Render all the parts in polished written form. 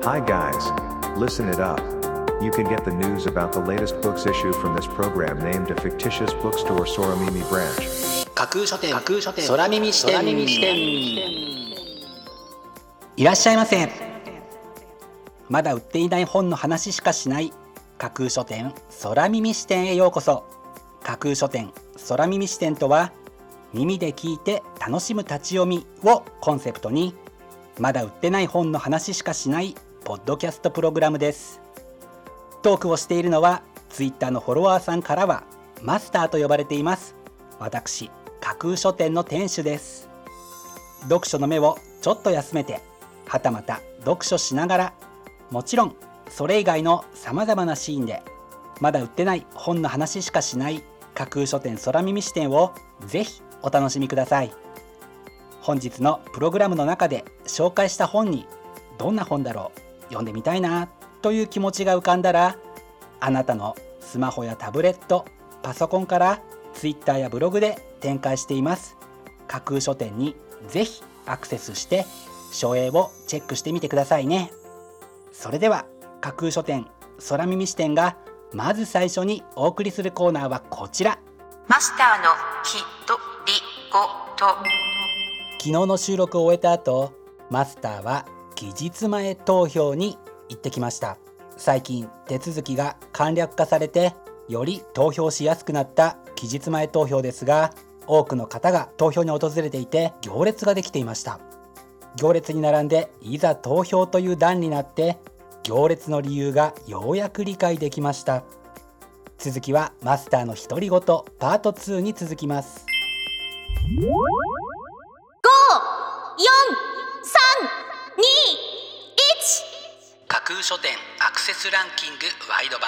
Hi guys, listen it up. You can get the news about the latest books issue from this program named a fictitious bookstore Soramimi branch. 架空書店空耳視点。いらっしゃいませ。まだ売っていない本の話しかしない架空書店空耳視点へようこそ。架空書店空耳視点とは、耳で聞いて楽しむ立ち読みをコンセプトに、まだ売ってない本の話しかしないポッドキャストプログラムです。トークをしているのはツイッターのフォロワーさんからはマスターと呼ばれています。私、架空書店の店主です。読書の目をちょっと休めて、はたまた読書しながら、もちろんそれ以外のさまざまなシーンでまだ売ってない本の話しかしない架空書店空耳視点をぜひお楽しみください。本日のプログラムの中で紹介した本に、どんな本だろう、読んでみたいなという気持ちが浮かんだら、あなたのスマホやタブレット、パソコンからツイッターやブログで展開しています架空書店にぜひアクセスして書影をチェックしてみてくださいね。それでは架空書店空耳視点がまず最初にお送りするコーナーはこちら。 マスターのひとりごと。 昨日の収録を終えた後、マスターは期日前投票に行ってきました。最近手続きが簡略化されて、より投票しやすくなった期日前投票ですが、多くの方が投票に訪れていて行列ができていました。行列に並んでいざ投票という段になって、行列の理由がようやく理解できました。続きはマスターの独り言パート2に続きます。架空書店アクセスランキングワイド版。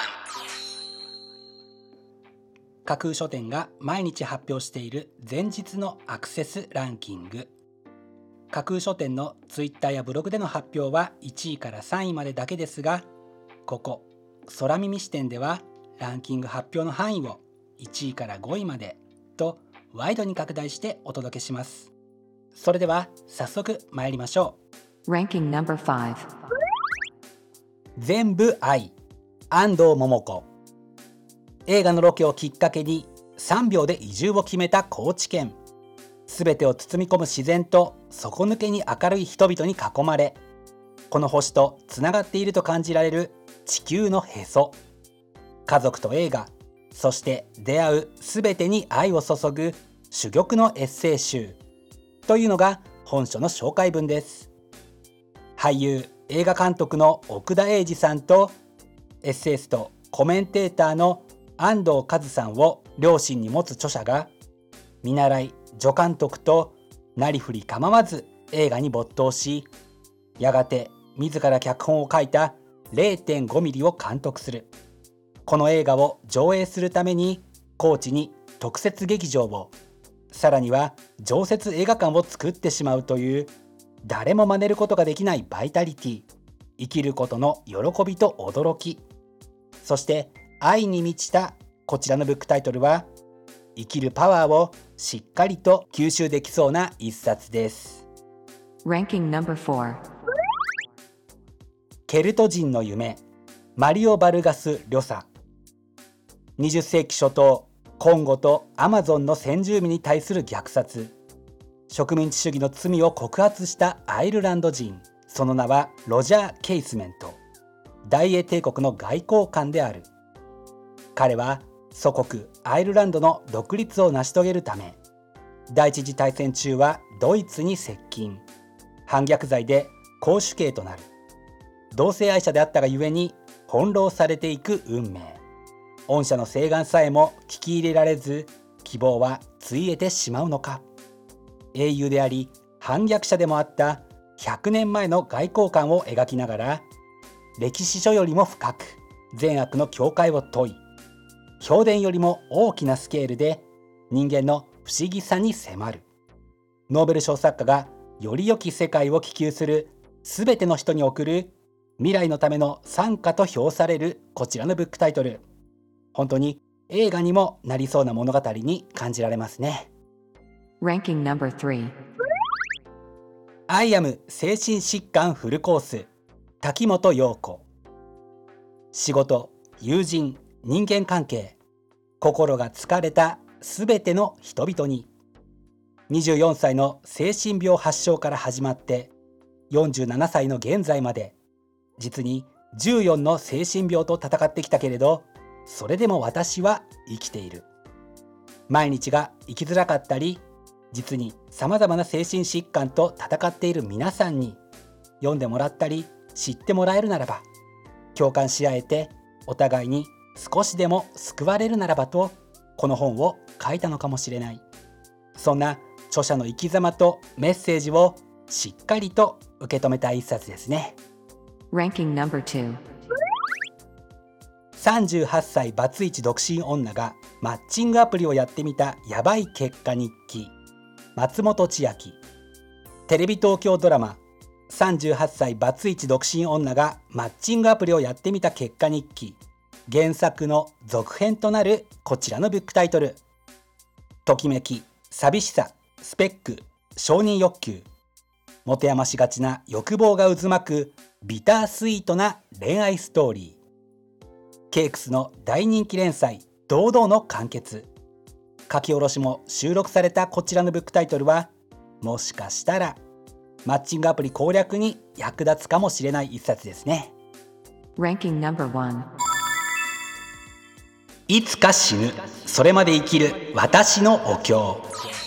架空書店が毎日発表している前日のアクセスランキング。架空書店のツイッターやブログでの発表は1位から3位までだけですが、ここ空耳視点ではランキング発表の範囲を1位から5位までとワイドに拡大してお届けします。それでは早速参りましょう。 Ranking No.5 全部愛、安藤桃子。映画のロケをきっかけに3秒で移住を決めた高知県。すべてを包み込む自然と底抜けに明るい人々に囲まれ、この星とつながっていると感じられる地球のへそ。家族と映画、そして出会うすべてに愛を注ぐ珠玉のエッセイ集というのが本書の紹介文です。俳優映画監督の奥田瑛二さんとエッセイストコメンテーターの安藤和さんを両親に持つ著者が、見習い助監督となりふり構わず映画に没頭し、やがて自ら脚本を書いた 0.5 ミリを監督する。この映画を上映するために高知に特設劇場を、さらには常設映画館を作ってしまうという、誰も真似ることができないバイタリティ、生きることの喜びと驚き、そして愛に満ちたこちらのブックタイトルは、生きるパワーをしっかりと吸収できそうな一冊です。 Ranking No.4 ケルト人の夢、マリオ・バルガス・リョサ。20世紀初頭、コンゴとアマゾンの先住民に対する虐殺、植民地主義の罪を告発したアイルランド人、その名はロジャー・ケイスメント。大英帝国の外交官である。彼は祖国アイルランドの独立を成し遂げるため、第一次大戦中はドイツに接近、反逆罪で絞首刑となる。同性愛者であったがゆえに翻弄されていく運命。御社の請願さえも聞き入れられず、希望はついえてしまうのか。英雄であり反逆者でもあった100年前の外交官を描きながら、歴史書よりも深く善悪の境界を問い、評伝よりも大きなスケールで人間の不思議さに迫る。ノーベル賞作家がより良き世界を希求するすべての人に送る未来のための賛歌と評されるこちらのブックタイトル、本当に映画にもなりそうな物語に感じられますね。 Ranking No.3 アイアム精神疾患フルコース、 滝本陽子。仕事、友人、人間関係、心が疲れたすべての人々に。24歳の精神病発症から始まって47歳の現在まで、実に14の精神病と闘ってきたけれど、それでも私は生きている。毎日が生きづらかったり、実にさまざまな精神疾患と闘っている皆さんに読んでもらったり知ってもらえるならば、共感し合えてお互いに少しでも救われるならばと、この本を書いたのかもしれない。そんな著者の生き様とメッセージをしっかりと受け止めた一冊ですね。 Ranking number 2. 38歳バツイチ独身女がマッチングアプリをやってみたやばい結果日記、松本千秋。テレビ東京ドラマ38歳バツイチ独身女がマッチングアプリをやってみた結果日記、原作の続編となるこちらのブックタイトル。ときめき、寂しさ、スペック、承認欲求、持て余しがちな欲望が渦巻くビタースイートな恋愛ストーリー。ケークスの大人気連載堂々の完結。書き下ろしも収録されたこちらのブックタイトルは、もしかしたらマッチングアプリ攻略に役立つかもしれない一冊ですね。 Ranking number 1. いつか死ぬ、それまで生きる私のお経。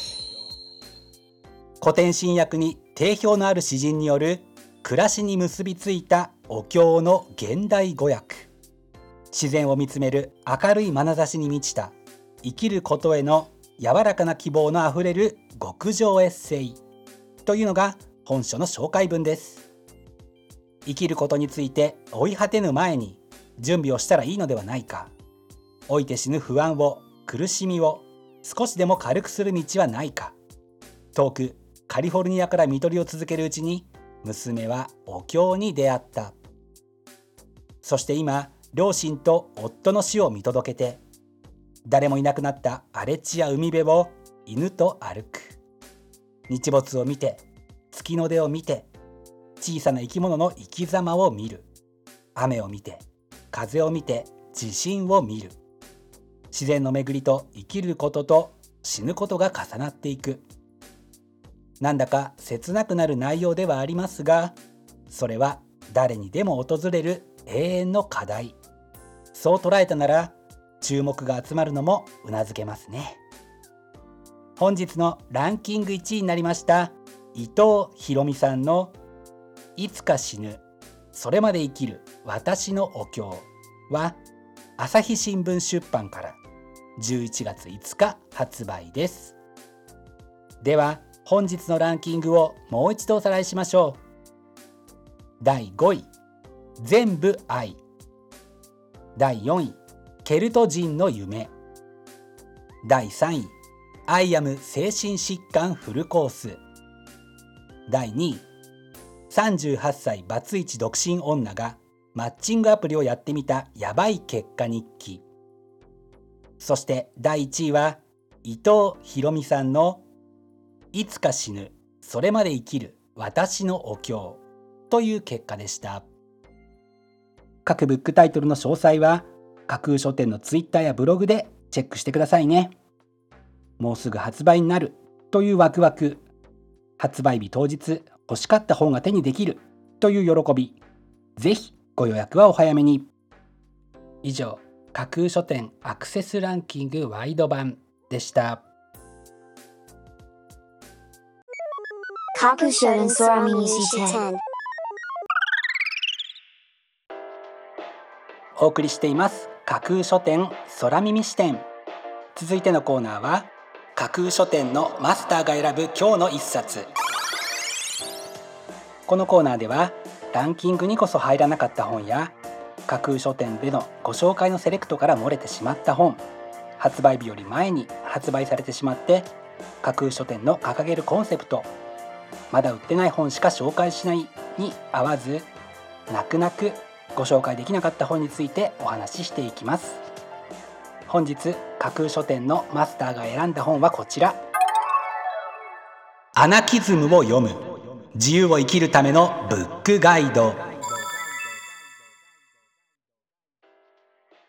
古典新訳に定評のある詩人による暮らしに結びついたお経の現代語訳。自然を見つめる明るい眼差しに満ちた生きることへの柔らかな希望のあふれる極上エッセイというのが本書の紹介文です。生きることについて追い果てぬ前に準備をしたらいいのではないか。老いて死ぬ不安を、苦しみを少しでも軽くする道はないか。遠くカリフォルニアから看取りを続けるうちに、娘はお経に出会った。そして今、両親と夫の死を見届けて、誰もいなくなった荒れ地や海辺を犬と歩く。日没を見て、月の出を見て、小さな生き物の生き様を見る。雨を見て、風を見て、地震を見る。自然の巡りと生きることと死ぬことが重なっていく。なんだか切なくなる内容ではありますが、それは誰にでも訪れる永遠の課題。そう捉えたなら、注目が集まるのもうなずけますね。本日のランキング1位になりました伊藤博美さんのいつか死ぬ、それまで生きる私のお経は、朝日新聞出版から11月5日発売です。では本日のランキングをもう一度おさらいしましょう。第5位、全部愛。第4位、ケルト人の夢。第3位、アイアム精神疾患フルコース。第2位、38歳バツイチ独身女がマッチングアプリをやってみたやばい結果日記。そして第1位は伊藤博美さんのいつか死ぬ、それまで生きる私のお経という結果でした。各ブックタイトルの詳細は架空書店のツイッターやブログでチェックしてくださいね。もうすぐ発売になるというワクワク、発売日当日欲しかった本が手にできるという喜び、ぜひご予約はお早めに。以上、架空書店アクセスランキングワイド版でした。 架空書店空耳視点。 お送りしています架空書店空耳視点。続いてのコーナーは架空書店のマスターが選ぶ今日の一冊。このコーナーではランキングにこそ入らなかった本や架空書店でのご紹介のセレクトから漏れてしまった本、発売日より前に発売されてしまって架空書店の掲げるコンセプト、まだ売ってない本しか紹介しないに合わず、泣く泣くご紹介できなかった本についてお話ししていきます。本日架空書店のマスターが選んだ本はこちら。アナキズムを読む、自由を生きるためのブックガイド。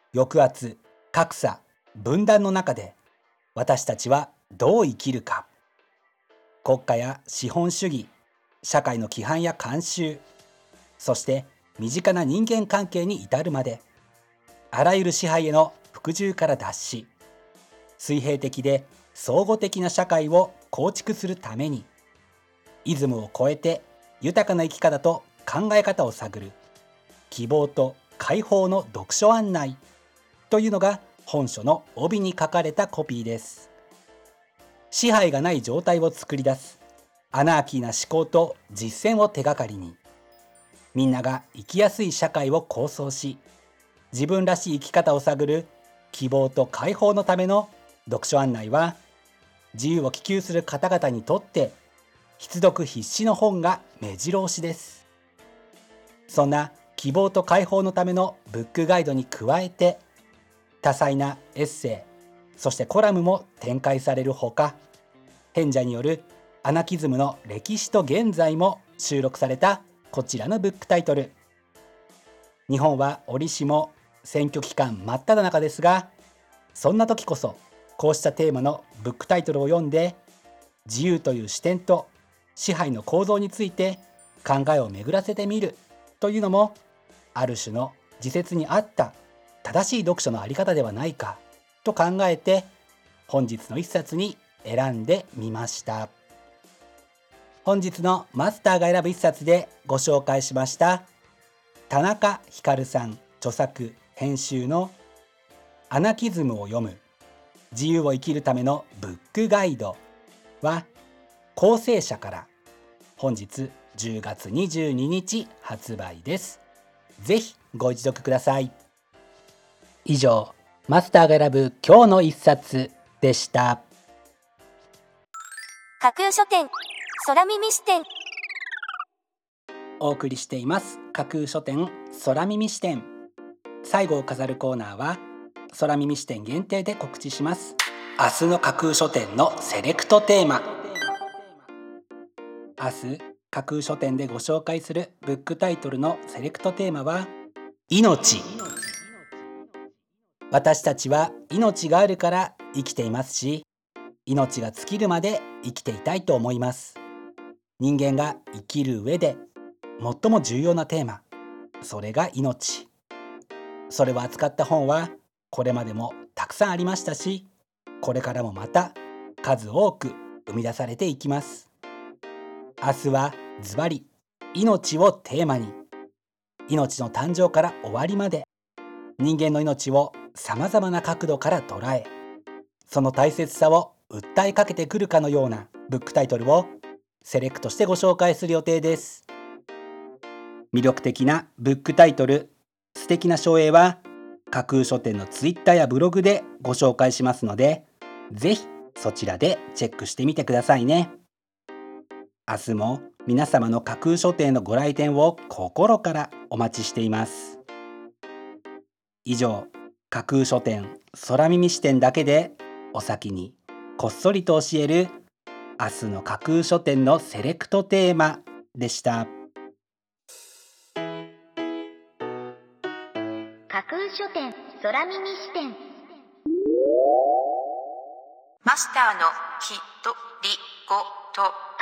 抑圧、格差、分断の中で私たちはどう生きるか。国家や資本主義、社会の規範や慣習、そして身近な人間関係に至るまで、あらゆる支配への服従から脱し、水平的で相互的な社会を構築するために、イズムを超えて豊かな生き方と考え方を探る希望と解放の読書案内というのが本書の帯に書かれたコピーです。支配がない状態を作り出すアナーキーな思考と実践を手がかりに、みんなが生きやすい社会を構想し、自分らしい生き方を探る希望と解放のための読書案内は、自由を希求する方々にとって必読必至の本が目白押しです。そんな希望と解放のためのブックガイドに加えて、多彩なエッセイ、そしてコラムも展開されるほか、賢者によるアナキズムの歴史と現在も収録されたこちらのブックタイトル。日本は折しも選挙期間真っ只中ですが、そんな時こそこうしたテーマのブックタイトルを読んで、自由という視点と支配の構造について考えを巡らせてみるというのも、ある種の時節に合った正しい読書のあり方ではないかと考えて、本日の一冊に選んでみました。本日のマスターが選ぶ一冊でご紹介しました田中光さん著作編集のアナキズムを読む自由を生きるためのブックガイドは、構成者から本日10月22日発売です。ぜひご一読ください。以上、マスターが選ぶ今日の一冊でした。 架空書店空耳視点。 お送りしています架空書店空耳視点。最後を飾るコーナーは空耳視点限定で告知します。明日の架空書店のセレクトテーマ。明日架空書店でご紹介するブックタイトルのセレクトテーマは命。私たちは命があるから生きていますし、命が尽きるまで生きていたいと思います。人間が生きる上で最も重要なテーマ、それが命。それを扱った本はこれまでもたくさんありましたし、これからもまた数多く生み出されていきます。明日はズバリ命をテーマに、命の誕生から終わりまで人間の命をさまざまな角度から捉え、その大切さを訴えかけてくるかのようなブックタイトルをセレクトしてご紹介する予定です。魅力的なブックタイトル、素敵な書影は架空書店のツイッターやブログでご紹介しますので、ぜひそちらでチェックしてみてくださいね。明日も皆様の架空書店のご来店を心からお待ちしています。以上、架空書店空耳視点だけでお先にこっそりと教える明日の架空書店のセレクトテーマでした。 架空書店空耳視点。 マスターのひとりごとパ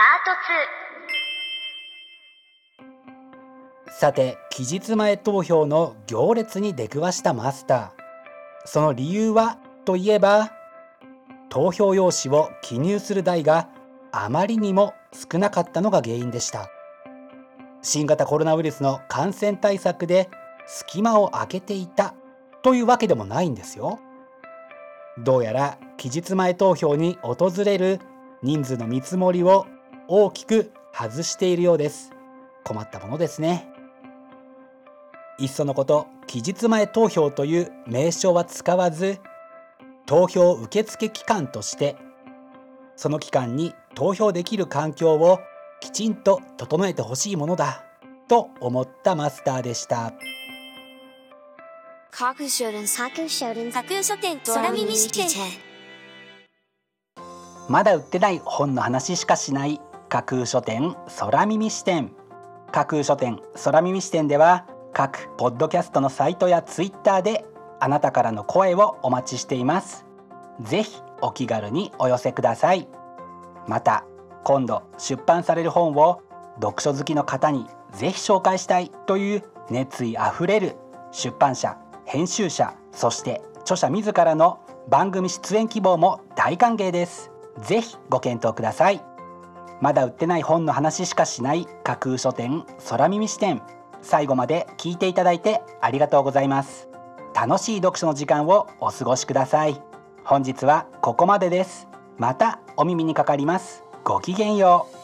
ート2。 さて、期日前投票の行列に出くわしたマスター。その理由はといえば、投票用紙を記入する台があまりにも少なかったのが原因でした。新型コロナウイルスの感染対策で隙間を空けていたというわけでもないんですよ。どうやら期日前投票に訪れる人数の見積もりを大きく外しているようです。困ったものですね。いっそのこと、期日前投票という名称は使わず、投票受付期間として、その期間に投票できる環境をきちんと整えてほしいものだと思ったマスターでした。 架空書店空耳視点。 まだ売ってない本の話しかしない架空書店空耳視点。架空書店空耳視点では各ポッドキャストのサイトやツイッターであなたからの声をお待ちしています。ぜひお気軽にお寄せください。また今度出版される本を読書好きの方にぜひ紹介したいという熱意あふれる出版社、編集者、そして著者自らの番組出演希望も大歓迎です。ぜひご検討ください。まだ売ってない本の話しかしない架空書店空耳視点、最後まで聞いていただいてありがとうございます。楽しい読書の時間をお過ごしください。本日はここまでです。またお耳にかかります。ごきげんよう。